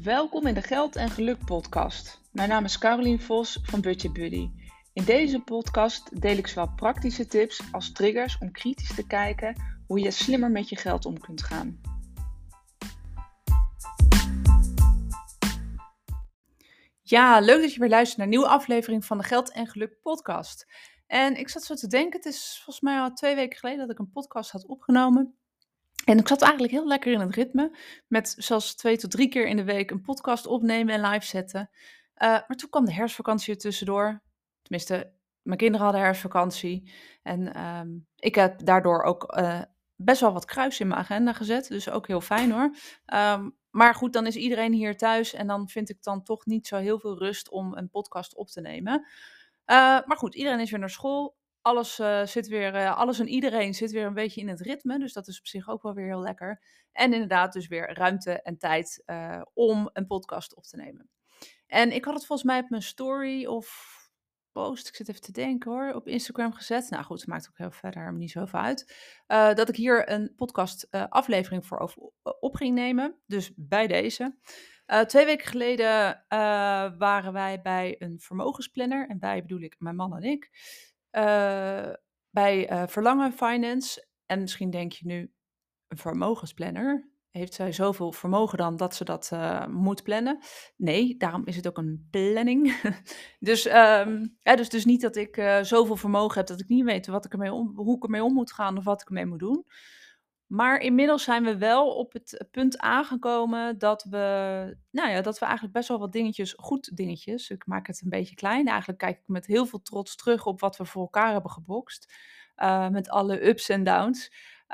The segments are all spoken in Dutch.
Welkom in de Geld en Geluk podcast. Mijn naam is Carolien Vos van Budget Buddy. In deze podcast deel ik zowel praktische tips als triggers om kritisch te kijken hoe je slimmer met je geld om kunt gaan. Ja, leuk dat je weer luistert naar een nieuwe aflevering van de Geld en Geluk podcast. En ik zat zo te denken, het is volgens mij al 2 weken geleden dat ik een podcast had opgenomen. En ik zat eigenlijk heel lekker in het ritme, met zelfs 2 tot 3 keer in de week een podcast opnemen en live zetten. Maar toen kwam de herfstvakantie er tussendoor. Tenminste, mijn kinderen hadden herfstvakantie. En ik heb daardoor ook best wel wat kruis in mijn agenda gezet. Dus ook heel fijn hoor. Maar goed, dan is iedereen hier thuis en dan vind ik dan toch niet zo heel veel rust om een podcast op te nemen. Maar goed, iedereen is weer naar school. Alles en iedereen zit weer een beetje in het ritme. Dus dat is op zich ook wel weer heel lekker. En inderdaad dus weer ruimte en tijd om een podcast op te nemen. En ik had het volgens mij op mijn story of post, ik zit even te denken hoor, op Instagram gezet. Nou goed, het maakt ook heel verder niet zoveel uit. Dat ik hier een podcast aflevering voor op ging nemen. Dus bij deze. 2 weken geleden waren wij bij een vermogensplanner. En wij bedoel ik mijn man en ik. Bij Verlangen Finance. En misschien denk je nu, een vermogensplanner? Heeft zij zoveel vermogen dan dat ze dat moet plannen? Nee, daarom is het ook een planning. Dus niet dat ik zoveel vermogen heb dat ik niet weet hoe ik ermee om moet gaan of wat ik ermee moet doen. Maar inmiddels zijn we wel op het punt aangekomen dat we eigenlijk best wel wat goed dingetjes, ik maak het een beetje klein. Eigenlijk kijk ik met heel veel trots terug op wat we voor elkaar hebben gebokst. Met alle ups en downs.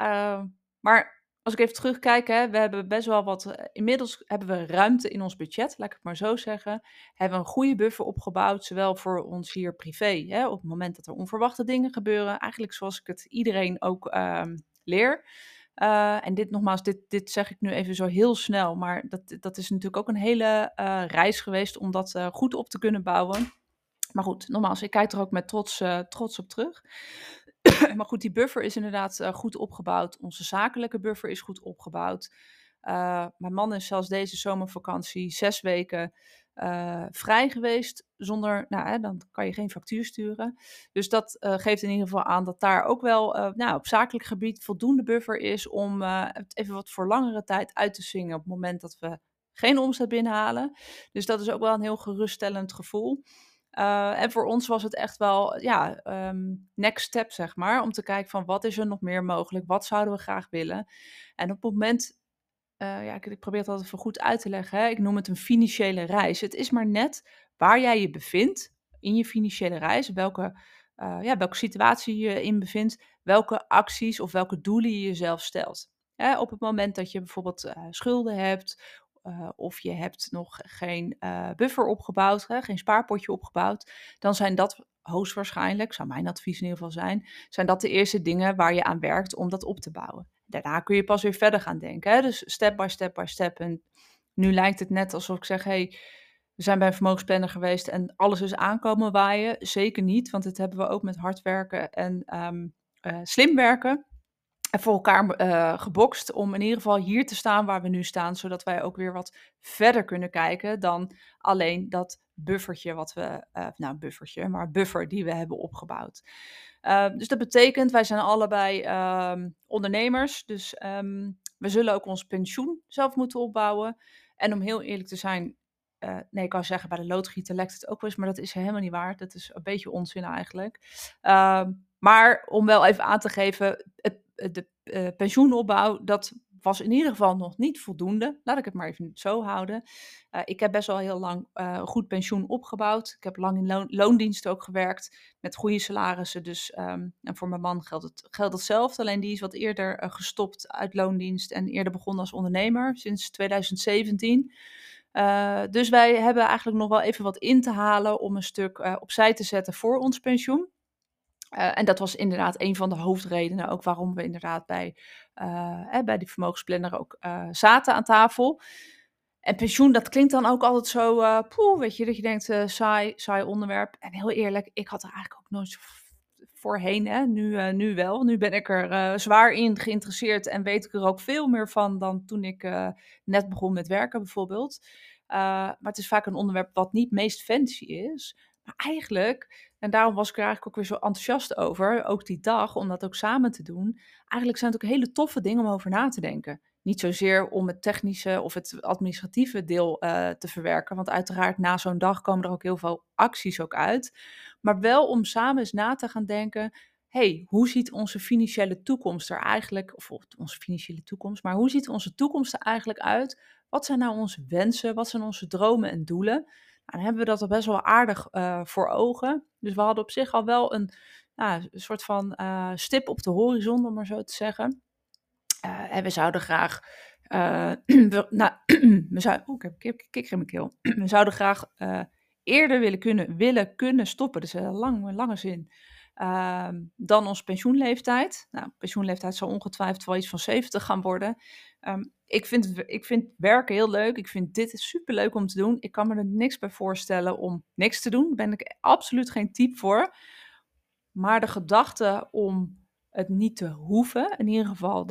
Maar als ik even terugkijk, hè, we hebben best wel inmiddels hebben we ruimte in ons budget, laat ik het maar zo zeggen. Hebben we een goede buffer opgebouwd, zowel voor ons hier privé, hè, op het moment dat er onverwachte dingen gebeuren. Eigenlijk zoals ik het iedereen ook leer. En dit zeg ik nu even zo heel snel, maar dat is natuurlijk ook een hele reis geweest om dat goed op te kunnen bouwen. Maar goed, nogmaals, ik kijk er ook met trots op terug. Maar goed, die buffer is inderdaad goed opgebouwd. Onze zakelijke buffer is goed opgebouwd. Mijn man is zelfs deze zomervakantie 6 weken vrij geweest. Zonder, dan kan je geen factuur sturen. Dus dat geeft in ieder geval aan dat daar ook wel op zakelijk gebied voldoende buffer is om het even wat voor langere tijd uit te zingen op het moment dat we geen omzet binnenhalen. Dus dat is ook wel een heel geruststellend gevoel. En voor ons was het echt wel, next step, zeg maar. Om te kijken van wat is er nog meer mogelijk? Wat zouden we graag willen? En op het moment, ik probeer het altijd even goed uit te leggen. Hè? Ik noem het een financiële reis. Het is maar net waar jij je bevindt in je financiële reis. Welke situatie je in bevindt. Welke acties of welke doelen je jezelf stelt. Op het moment dat je bijvoorbeeld schulden hebt, of je hebt nog geen buffer opgebouwd, geen spaarpotje opgebouwd, dan zijn dat hoogstwaarschijnlijk, zou mijn advies in ieder geval zijn dat de eerste dingen waar je aan werkt om dat op te bouwen. Daarna kun je pas weer verder gaan denken. Hè? Dus step by step by step. En nu lijkt het net alsof ik zeg, hey, we zijn bij een vermogensplanner geweest en alles is aankomen waaien. Zeker niet, want dit hebben we ook met hard werken en slim werken en voor elkaar gebokst om in ieder geval hier te staan waar we nu staan, zodat wij ook weer wat verder kunnen kijken dan alleen dat buffertje buffer die we hebben opgebouwd. Dus dat betekent, wij zijn allebei ondernemers, dus we zullen ook ons pensioen zelf moeten opbouwen. En om heel eerlijk te zijn, ik kan zeggen, bij de loodgieter lijkt het ook wel eens, maar dat is helemaal niet waar. Dat is een beetje onzin eigenlijk. Maar om wel even aan te geven, de pensioenopbouw, dat was in ieder geval nog niet voldoende. Laat ik het maar even zo houden. Ik heb best wel heel lang goed pensioen opgebouwd. Ik heb lang in loondienst ook gewerkt met goede salarissen. Dus en voor mijn man geldt hetzelfde. Alleen die is wat eerder gestopt uit loondienst en eerder begonnen als ondernemer sinds 2017. Dus wij hebben eigenlijk nog wel even wat in te halen om een stuk opzij te zetten voor ons pensioen. En dat was inderdaad een van de hoofdredenen ook waarom we inderdaad bij die vermogensplanner ook zaten aan tafel. En pensioen, dat klinkt dan ook altijd zo, weet je, dat je denkt, saai onderwerp. En heel eerlijk, ik had er eigenlijk ook nooit voorheen, hè. Nu wel. Nu ben ik er zwaar in geïnteresseerd en weet ik er ook veel meer van dan toen ik net begon met werken bijvoorbeeld. Maar het is vaak een onderwerp wat niet meest fancy is. Maar eigenlijk, en daarom was ik er eigenlijk ook weer zo enthousiast over, ook die dag, om dat ook samen te doen. Eigenlijk zijn het ook hele toffe dingen om over na te denken. Niet zozeer om het technische of het administratieve deel te verwerken. Want uiteraard na zo'n dag komen er ook heel veel acties ook uit. Maar wel om samen eens na te gaan denken. Hey, hoe ziet onze financiële toekomst er eigenlijk, of onze financiële toekomst, maar hoe ziet onze toekomst er eigenlijk uit? Wat zijn nou onze wensen? Wat zijn onze dromen en doelen? Nou, dan hebben we dat al best wel aardig voor ogen. Dus we hadden op zich al wel een soort van stip op de horizon, om maar zo te zeggen. En we zouden graag. Ik heb een kikker in mijn keel. We zouden graag eerder willen kunnen stoppen. Dus een lange zin. Dan onze pensioenleeftijd. Nou, pensioenleeftijd zal ongetwijfeld wel iets van 70 gaan worden. Ik vind werken heel leuk. Ik vind dit superleuk om te doen. Ik kan me er niks bij voorstellen om niks te doen. Daar ben ik absoluut geen type voor. Maar de gedachte om het niet te hoeven, in ieder geval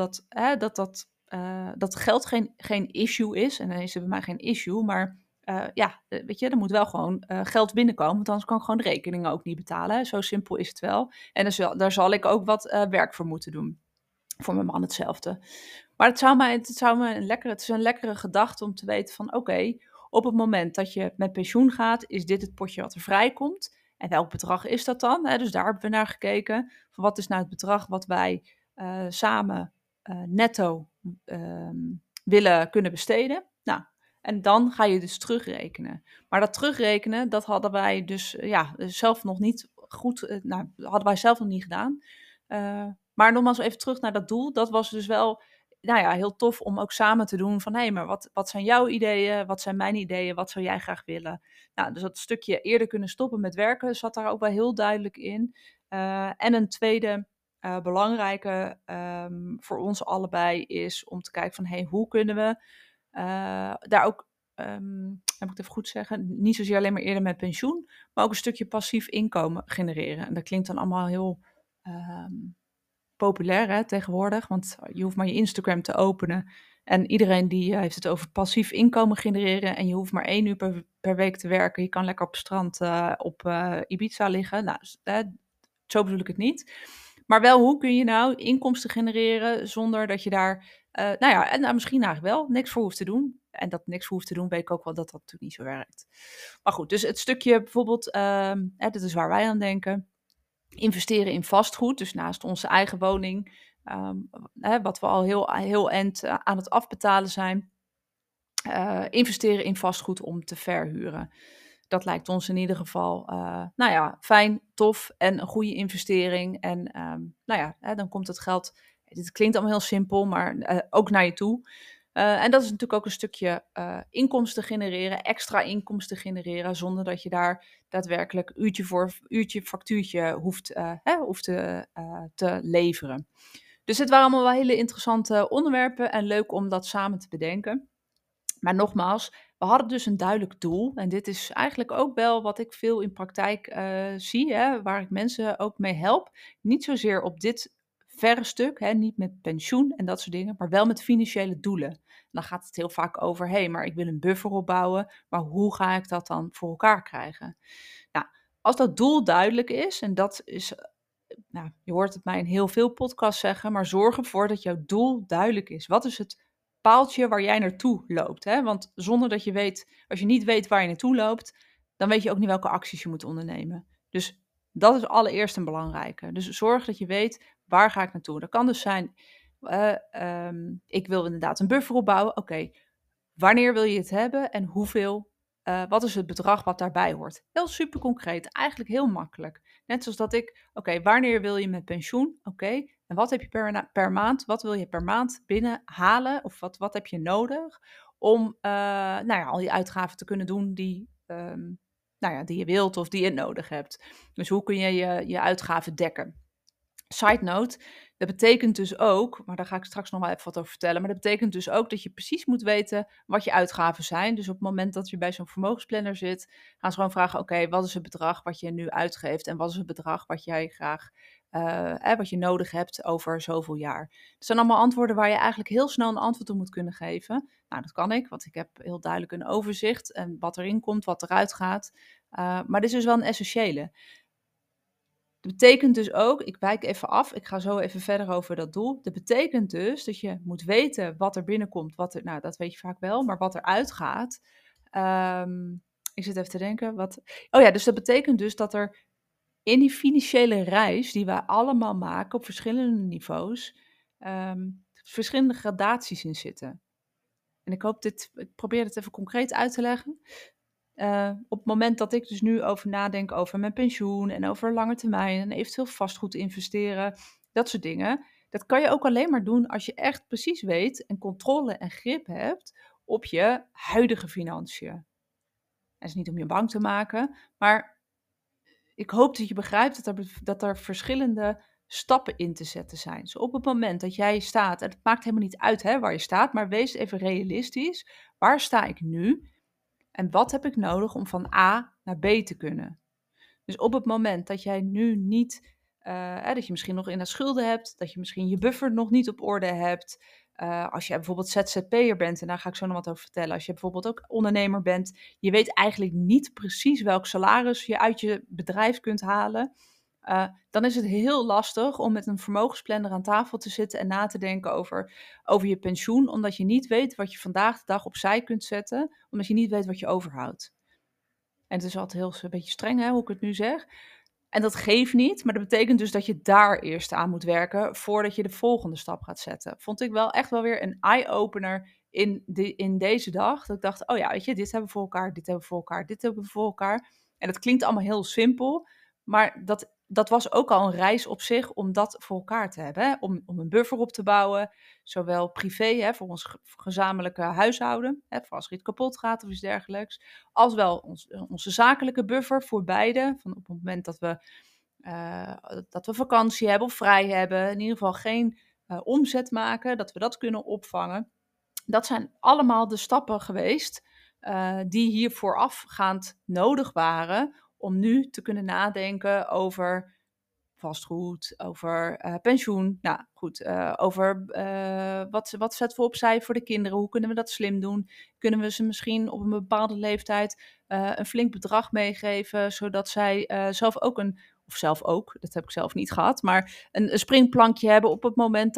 dat geld geen issue is. En dan is het bij mij geen issue, maar weet je, er moet wel gewoon geld binnenkomen, want anders kan ik gewoon de rekeningen ook niet betalen. Hè. Zo simpel is het wel. En daar zal ik ook wat werk voor moeten doen. Voor mijn man hetzelfde. Maar het is een lekkere gedachte om te weten van oké, op het moment dat je met pensioen gaat, is dit het potje wat er vrijkomt. En welk bedrag is dat dan? Dus daar hebben we naar gekeken. Van wat is nou het bedrag wat wij samen netto willen kunnen besteden? Nou, en dan ga je dus terugrekenen. Maar dat terugrekenen, dat hadden wij dus zelf nog niet goed, hadden wij zelf nog niet gedaan. Maar nogmaals even terug naar dat doel. Dat was dus wel heel tof om ook samen te doen van hé, maar wat zijn jouw ideeën? Wat zijn mijn ideeën? Wat zou jij graag willen? Nou, dus dat stukje eerder kunnen stoppen met werken zat daar ook wel heel duidelijk in. En een tweede belangrijke voor ons allebei is om te kijken van hé, hoe kunnen we daar ook, moet ik het even goed zeggen, niet zozeer alleen maar eerder met pensioen, maar ook een stukje passief inkomen genereren. En dat klinkt dan allemaal heel populair hè, tegenwoordig, want je hoeft maar je Instagram te openen en iedereen die heeft het over passief inkomen genereren en je hoeft maar 1 uur per week te werken. Je kan lekker op het strand op Ibiza liggen. Nou, zo bedoel ik het niet. Maar wel, hoe kun je nou inkomsten genereren zonder dat je daar, misschien eigenlijk wel niks voor hoeft te doen. En dat niks voor hoeft te doen, weet ik ook wel dat dat natuurlijk niet zo werkt. Maar goed, dus het stukje bijvoorbeeld, dit is waar wij aan denken. Investeren in vastgoed, dus naast onze eigen woning, wat we al heel eind aan het afbetalen zijn. Investeren in vastgoed om te verhuren. Dat lijkt ons in ieder geval fijn, tof en een goede investering. En dan komt het geld, dit klinkt allemaal heel simpel, maar ook naar je toe. En dat is natuurlijk ook een stukje inkomsten genereren, extra inkomsten genereren, zonder dat je daar daadwerkelijk uurtje voor uurtje factuurtje hoeft te leveren. Dus het waren allemaal wel hele interessante onderwerpen en leuk om dat samen te bedenken. Maar nogmaals, we hadden dus een duidelijk doel. En dit is eigenlijk ook wel wat ik veel in praktijk zie, hè, waar ik mensen ook mee help. Niet zozeer op dit verre stuk, hè, niet met pensioen en dat soort dingen, maar wel met financiële doelen. Dan gaat het heel vaak over, hé, maar ik wil een buffer opbouwen, maar hoe ga ik dat dan voor elkaar krijgen? Nou, als dat doel duidelijk is, en dat is, je hoort het mij in heel veel podcasts zeggen, maar zorg ervoor dat jouw doel duidelijk is. Wat is het paaltje waar jij naartoe loopt? Hè? Want zonder dat je weet, als je niet weet waar je naartoe loopt, dan weet je ook niet welke acties je moet ondernemen. Dus dat is allereerst een belangrijke. Dus zorg dat je weet, waar ga ik naartoe? Dat kan dus zijn, ik wil inderdaad een buffer opbouwen. Oké, wanneer wil je het hebben en hoeveel? Wat is het bedrag wat daarbij hoort? Heel super concreet, eigenlijk heel makkelijk. Net zoals dat oké, wanneer wil je met pensioen? Oké, en wat heb je per maand? Wat wil je per maand binnenhalen? Of wat heb je nodig om al die uitgaven te kunnen doen die je wilt of die je nodig hebt? Dus hoe kun je je uitgaven dekken? Side note, dat betekent dus ook, maar daar ga ik straks nog wel even wat over vertellen, maar dat betekent dus ook dat je precies moet weten wat je uitgaven zijn. Dus op het moment dat je bij zo'n vermogensplanner zit, gaan ze gewoon vragen, oké, wat is het bedrag wat je nu uitgeeft en wat is het bedrag wat jij graag wat je nodig hebt over zoveel jaar. Het zijn allemaal antwoorden waar je eigenlijk heel snel een antwoord op moet kunnen geven. Nou, dat kan ik, want ik heb heel duidelijk een overzicht en wat erin komt, wat eruit gaat. Maar dit is dus wel een essentiële. Dat betekent dus ook, ik wijk even af, ik ga zo even verder over dat doel. Dat betekent dus dat je moet weten wat er binnenkomt, nou dat weet je vaak wel, maar wat er uitgaat. Ik zit even te denken, dus dat betekent dus dat er in die financiële reis die wij allemaal maken op verschillende niveaus, verschillende gradaties in zitten. En ik probeer het even concreet uit te leggen. Op het moment dat ik dus nu over nadenk over mijn pensioen en over lange termijn en eventueel vastgoed investeren, dat soort dingen. Dat kan je ook alleen maar doen als je echt precies weet en controle en grip hebt op je huidige financiën. En dat is niet om je bang te maken, maar ik hoop dat je begrijpt dat er verschillende stappen in te zetten zijn. Dus op het moment dat jij staat, en het maakt helemaal niet uit waar je staat, maar wees even realistisch. Waar sta ik nu? En wat heb ik nodig om van A naar B te kunnen? Dus op het moment dat jij nu niet, dat je misschien nog in de schulden hebt, dat je misschien je buffer nog niet op orde hebt. Als jij bijvoorbeeld ZZP'er bent, en daar ga ik zo nog wat over vertellen. Als je bijvoorbeeld ook ondernemer bent, je weet eigenlijk niet precies welk salaris je uit je bedrijf kunt halen. Dan is het heel lastig om met een vermogensplanner aan tafel te zitten en na te denken over je pensioen, omdat je niet weet wat je vandaag de dag opzij kunt zetten, omdat je niet weet wat je overhoudt. En het is altijd een beetje streng, hoe ik het nu zeg. En dat geeft niet, maar dat betekent dus dat je daar eerst aan moet werken voordat je de volgende stap gaat zetten. Vond ik wel echt wel weer een eye-opener in deze dag. Dat ik dacht, oh ja, weet je, dit hebben we voor elkaar, dit hebben we voor elkaar, dit hebben we voor elkaar. En dat klinkt allemaal heel simpel, maar dat was ook al een reis op zich om dat voor elkaar te hebben. Hè? Om een buffer op te bouwen, zowel privé, voor ons gezamenlijke huishouden, voor als er iets kapot gaat of iets dergelijks, als wel onze zakelijke buffer voor beide. Van op het moment dat we vakantie hebben of vrij hebben, in ieder geval geen omzet maken, dat we dat kunnen opvangen. Dat zijn allemaal de stappen geweest die hier voorafgaand nodig waren om nu te kunnen nadenken over vastgoed, over pensioen. Nou goed, over wat zetten we opzij voor de kinderen? Hoe kunnen we dat slim doen? Kunnen we ze misschien op een bepaalde leeftijd een flink bedrag meegeven, zodat zij zelf ook, dat heb ik zelf niet gehad, maar een springplankje hebben op het moment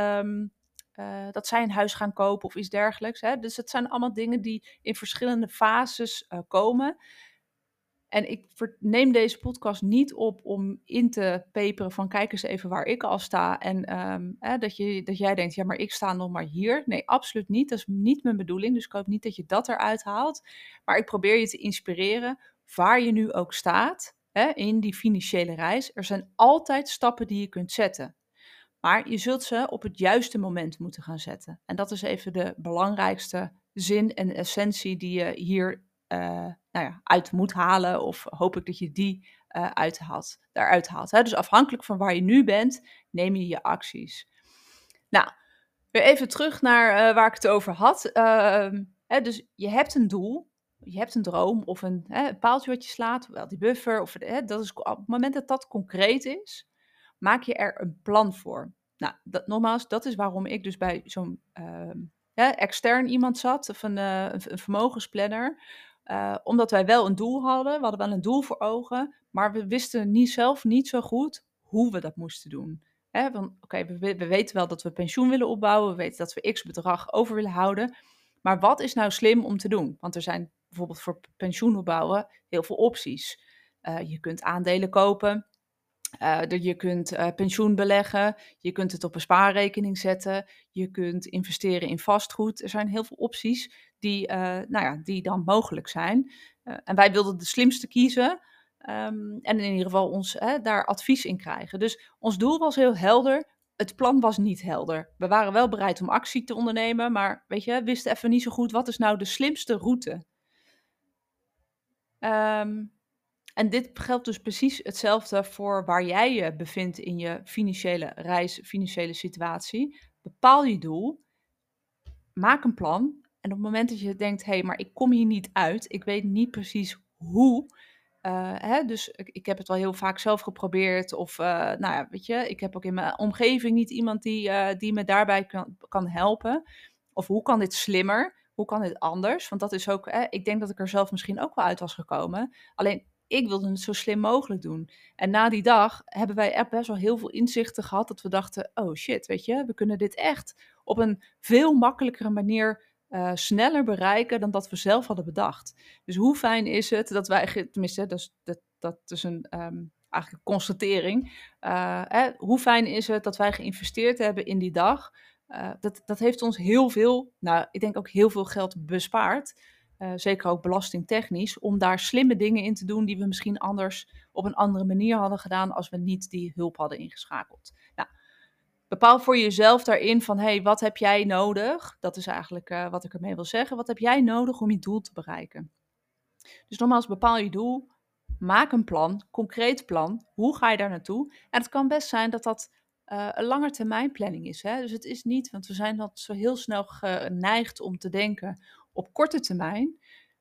dat zij een huis gaan kopen of iets dergelijks. Hè? Dus het zijn allemaal dingen die in verschillende fases komen. En ik neem deze podcast niet op om in te peperen van kijk eens even waar ik al sta. En dat jij denkt, ja maar ik sta nog maar hier. Nee, absoluut niet. Dat is niet mijn bedoeling. Dus ik hoop niet dat je dat eruit haalt. Maar ik probeer je te inspireren waar je nu ook staat in die financiële reis. Er zijn altijd stappen die je kunt zetten. Maar je zult ze op het juiste moment moeten gaan zetten. En dat is even de belangrijkste zin en essentie die je hier uit moet halen. Of hoop ik dat je die daaruit haalt. Hè? Dus afhankelijk van waar je nu bent, neem je je acties. Nou, weer even terug naar waar ik het over had. Dus je hebt een doel. Je hebt een droom of een paaltje wat je slaat, wel die buffer. Dat is, op het moment dat dat concreet is, maak je er een plan voor. Nou, nogmaals, dat is waarom ik dus bij zo'n extern iemand zat, of een vermogensplanner. Omdat wij wel een doel hadden, we hadden wel een doel voor ogen, maar we wisten zelf niet zo goed hoe we dat moesten doen. We weten wel dat we pensioen willen opbouwen, we weten dat we x bedrag over willen houden, maar wat is nou slim om te doen? Want er zijn bijvoorbeeld voor pensioen opbouwen heel veel opties. Je kunt aandelen kopen. Je kunt pensioen beleggen, je kunt het op een spaarrekening zetten, je kunt investeren in vastgoed. Er zijn heel veel opties die dan mogelijk zijn. En wij wilden de slimste kiezen en in ieder geval ons daar advies in krijgen. Dus ons doel was heel helder, het plan was niet helder. We waren wel bereid om actie te ondernemen, maar wisten even niet zo goed wat is nou de slimste route. En dit geldt dus precies hetzelfde voor waar jij je bevindt in je financiële reis, financiële situatie. Bepaal je doel, maak een plan. En op het moment dat je denkt, hé, maar ik kom hier niet uit, ik weet niet precies hoe, Dus ik heb het wel heel vaak zelf geprobeerd. Of, nou ja, weet je, ik heb ook in mijn omgeving niet iemand die me daarbij kan helpen. Of hoe kan dit slimmer? Hoe kan dit anders? Want dat is ook, ik denk dat ik er zelf misschien ook wel uit was gekomen. Alleen, ik wilde het zo slim mogelijk doen. En na die dag hebben wij echt best wel heel veel inzichten gehad. Dat we dachten, oh shit, weet je, we kunnen dit echt op een veel makkelijkere manier sneller bereiken dan dat we zelf hadden bedacht. Dus hoe fijn is het dat wij, tenminste, dat is een eigenlijk een constatering. Hoe fijn is het dat wij geïnvesteerd hebben in die dag? Dat heeft ons heel veel, nou, ik denk ook heel veel geld bespaard. Zeker ook belastingtechnisch, om daar slimme dingen in te doen die we misschien anders op een andere manier hadden gedaan als we niet die hulp hadden ingeschakeld. Nou, bepaal voor jezelf daarin van, hey, wat heb jij nodig? Dat is eigenlijk wat ik ermee wil zeggen. Wat heb jij nodig om je doel te bereiken? Dus nogmaals, bepaal je doel, maak een plan, concreet plan. Hoe ga je daar naartoe? En het kan best zijn dat dat een langetermijnplanning is. Hè? Dus het is niet, want we zijn dat zo heel snel geneigd om te denken op korte termijn.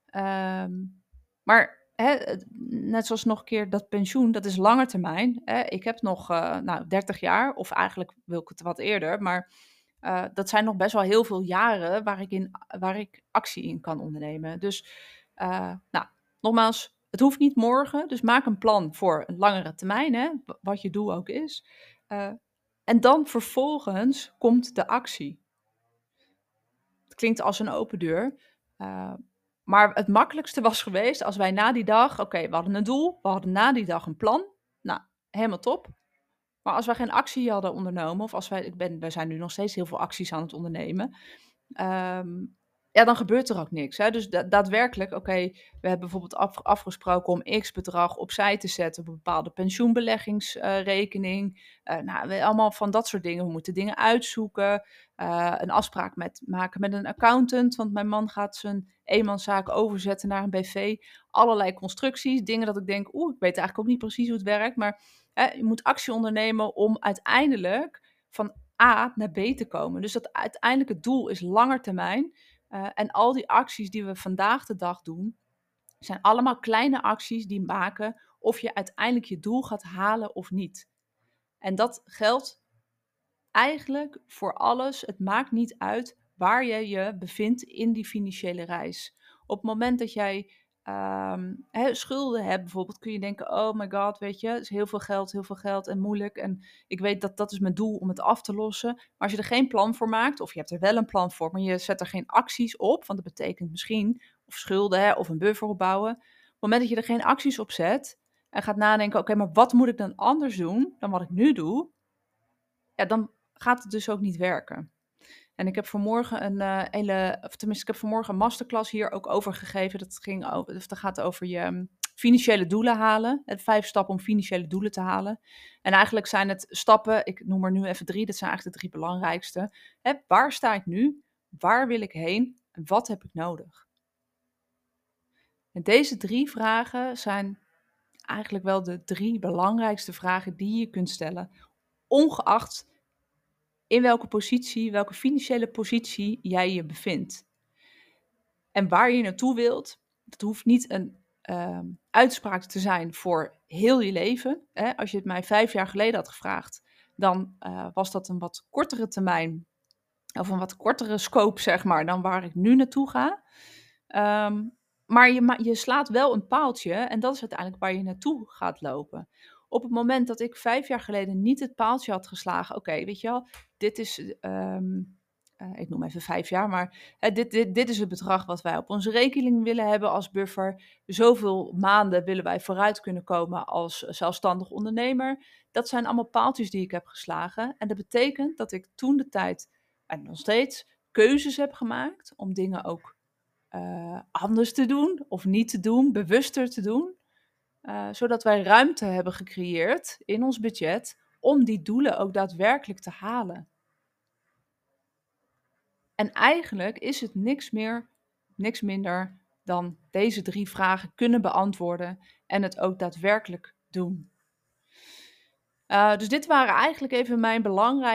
Maar net zoals nog een keer dat pensioen, dat is lange termijn. Ik heb nog 30 jaar, of eigenlijk wil ik het wat eerder, maar dat zijn nog best wel heel veel jaren waar ik actie in kan ondernemen. Dus nou, nogmaals, het hoeft niet morgen, dus maak een plan voor een langere termijn, hè, wat je doel ook is. En dan vervolgens komt de actie. Het klinkt als een open deur. Maar het makkelijkste was geweest als wij na die dag, oké, we hadden een doel, we hadden na die dag een plan. Nou, helemaal top. Maar als wij geen actie hadden ondernomen, of als wij zijn nu nog steeds heel veel acties aan het ondernemen, ja, dan gebeurt er ook niks. Hè? Dus daadwerkelijk, oké, we hebben bijvoorbeeld afgesproken om x bedrag opzij te zetten op een bepaalde pensioenbeleggingsrekening. Allemaal van dat soort dingen. We moeten dingen uitzoeken, een afspraak maken met een accountant, want mijn man gaat zijn eenmanszaak overzetten naar een BV. Allerlei constructies, dingen dat ik denk, ik weet eigenlijk ook niet precies hoe het werkt, maar je moet actie ondernemen om uiteindelijk van A naar B te komen. Dus dat uiteindelijke doel is langer termijn. En al die acties die we vandaag de dag doen, zijn allemaal kleine acties die maken of je uiteindelijk je doel gaat halen of niet. En dat geldt eigenlijk voor alles. Het maakt niet uit waar je je bevindt in die financiële reis. Op het moment dat jij schulden hebt bijvoorbeeld, kun je denken, oh my god, weet je, het is heel veel geld en moeilijk. En ik weet dat dat is mijn doel om het af te lossen. Maar als je er geen plan voor maakt, of je hebt er wel een plan voor, maar je zet er geen acties op, want dat betekent misschien, of schulden of een buffer opbouwen. Op het moment dat je er geen acties op zet en gaat nadenken, oké, maar wat moet ik dan anders doen dan wat ik nu doe? Ja, dan gaat het dus ook niet werken. En ik heb vanmorgen ik heb vanmorgen een masterclass hier ook over gegeven. Dat gaat over je financiële doelen halen. 5 stappen om financiële doelen te halen. En eigenlijk zijn het stappen, ik noem er nu even 3, dat zijn eigenlijk de 3 belangrijkste. Waar sta ik nu? Waar wil ik heen? En wat heb ik nodig? En deze 3 vragen zijn eigenlijk wel de 3 belangrijkste vragen die je kunt stellen, ongeacht in welke financiële positie jij je bevindt. En waar je naartoe wilt, dat hoeft niet een uitspraak te zijn voor heel je leven. Hè? Als je het mij 5 jaar geleden had gevraagd, dan was dat een wat kortere termijn, of een wat kortere scope, zeg maar, dan waar ik nu naartoe ga. Maar je slaat wel een paaltje en dat is uiteindelijk waar je naartoe gaat lopen. Op het moment dat ik 5 jaar geleden niet het paaltje had geslagen, oké, weet je wel, dit is, ik noem even 5 jaar, maar dit is het bedrag wat wij op onze rekening willen hebben als buffer. Zoveel maanden willen wij vooruit kunnen komen als zelfstandig ondernemer. Dat zijn allemaal paaltjes die ik heb geslagen. En dat betekent dat ik toen de tijd, en nog steeds, keuzes heb gemaakt om dingen ook anders te doen of niet te doen, bewuster te doen. Zodat wij ruimte hebben gecreëerd in ons budget om die doelen ook daadwerkelijk te halen. En eigenlijk is het niks minder dan deze 3 vragen kunnen beantwoorden en het ook daadwerkelijk doen. Dus dit waren eigenlijk even mijn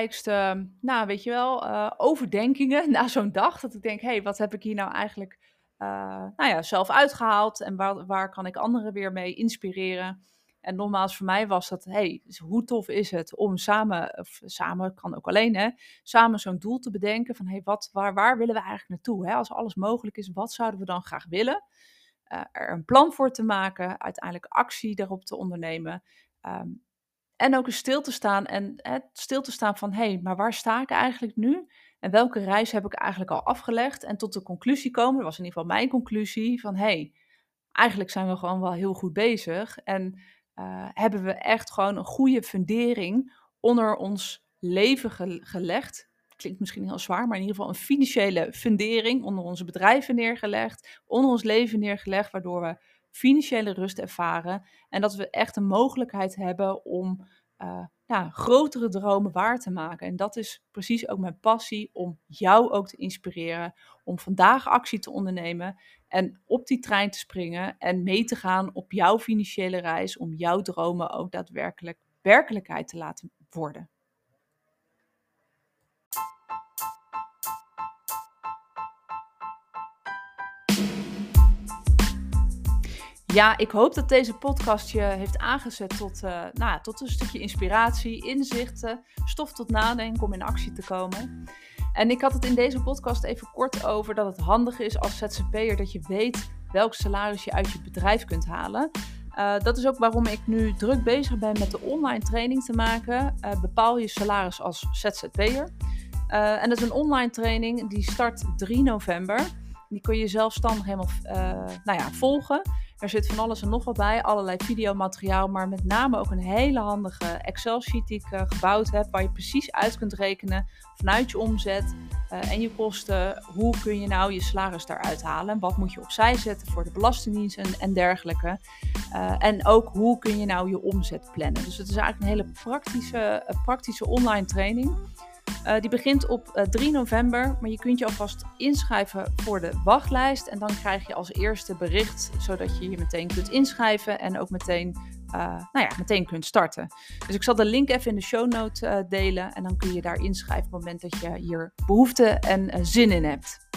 belangrijkste, overdenkingen na zo'n dag. Dat ik denk, wat heb ik hier nou eigenlijk zelf uitgehaald en waar kan ik anderen weer mee inspireren. En nogmaals, voor mij was dat, dus hoe tof is het om samen kan ook alleen, hè, samen zo'n doel te bedenken van, waar willen we eigenlijk naartoe? Hè? Als alles mogelijk is, wat zouden we dan graag willen? Er een plan voor te maken, uiteindelijk actie daarop te ondernemen. Ehm, en ook eens stil te staan van, maar waar sta ik eigenlijk nu? En welke reis heb ik eigenlijk al afgelegd? En tot de conclusie komen, dat was in ieder geval mijn conclusie, van eigenlijk zijn we gewoon wel heel goed bezig. En hebben we echt gewoon een goede fundering onder ons leven gelegd. Klinkt misschien heel zwaar, maar in ieder geval een financiële fundering onder onze bedrijven neergelegd, onder ons leven neergelegd, waardoor we financiële rust ervaren en dat we echt een mogelijkheid hebben om grotere dromen waar te maken. En dat is precies ook mijn passie, om jou ook te inspireren, om vandaag actie te ondernemen en op die trein te springen en mee te gaan op jouw financiële reis, om jouw dromen ook daadwerkelijk werkelijkheid te laten worden. Ja, ik hoop dat deze podcast je heeft aangezet tot een stukje inspiratie, inzichten, stof tot nadenken om in actie te komen. En ik had het in deze podcast even kort over dat het handig is als ZZP'er dat je weet welk salaris je uit je bedrijf kunt halen. Dat is ook waarom ik nu druk bezig ben met de online training te maken. Bepaal je salaris als ZZP'er. En dat is een online training die start 3 november. Die kun je zelfstandig helemaal volgen. Er zit van alles en nog wat bij, allerlei videomateriaal, maar met name ook een hele handige Excel-sheet die ik gebouwd heb, waar je precies uit kunt rekenen vanuit je omzet en je kosten, hoe kun je nou je salaris daaruit halen, wat moet je opzij zetten voor de Belastingdienst en dergelijke. En ook hoe kun je nou je omzet plannen. Dus het is eigenlijk een hele praktische online training. Die begint op 3 november, maar je kunt je alvast inschrijven voor de wachtlijst. En dan krijg je als eerste bericht, zodat je je meteen kunt inschrijven en ook meteen kunt starten. Dus ik zal de link even in de show notes delen en dan kun je daar inschrijven op het moment dat je hier behoefte en zin in hebt.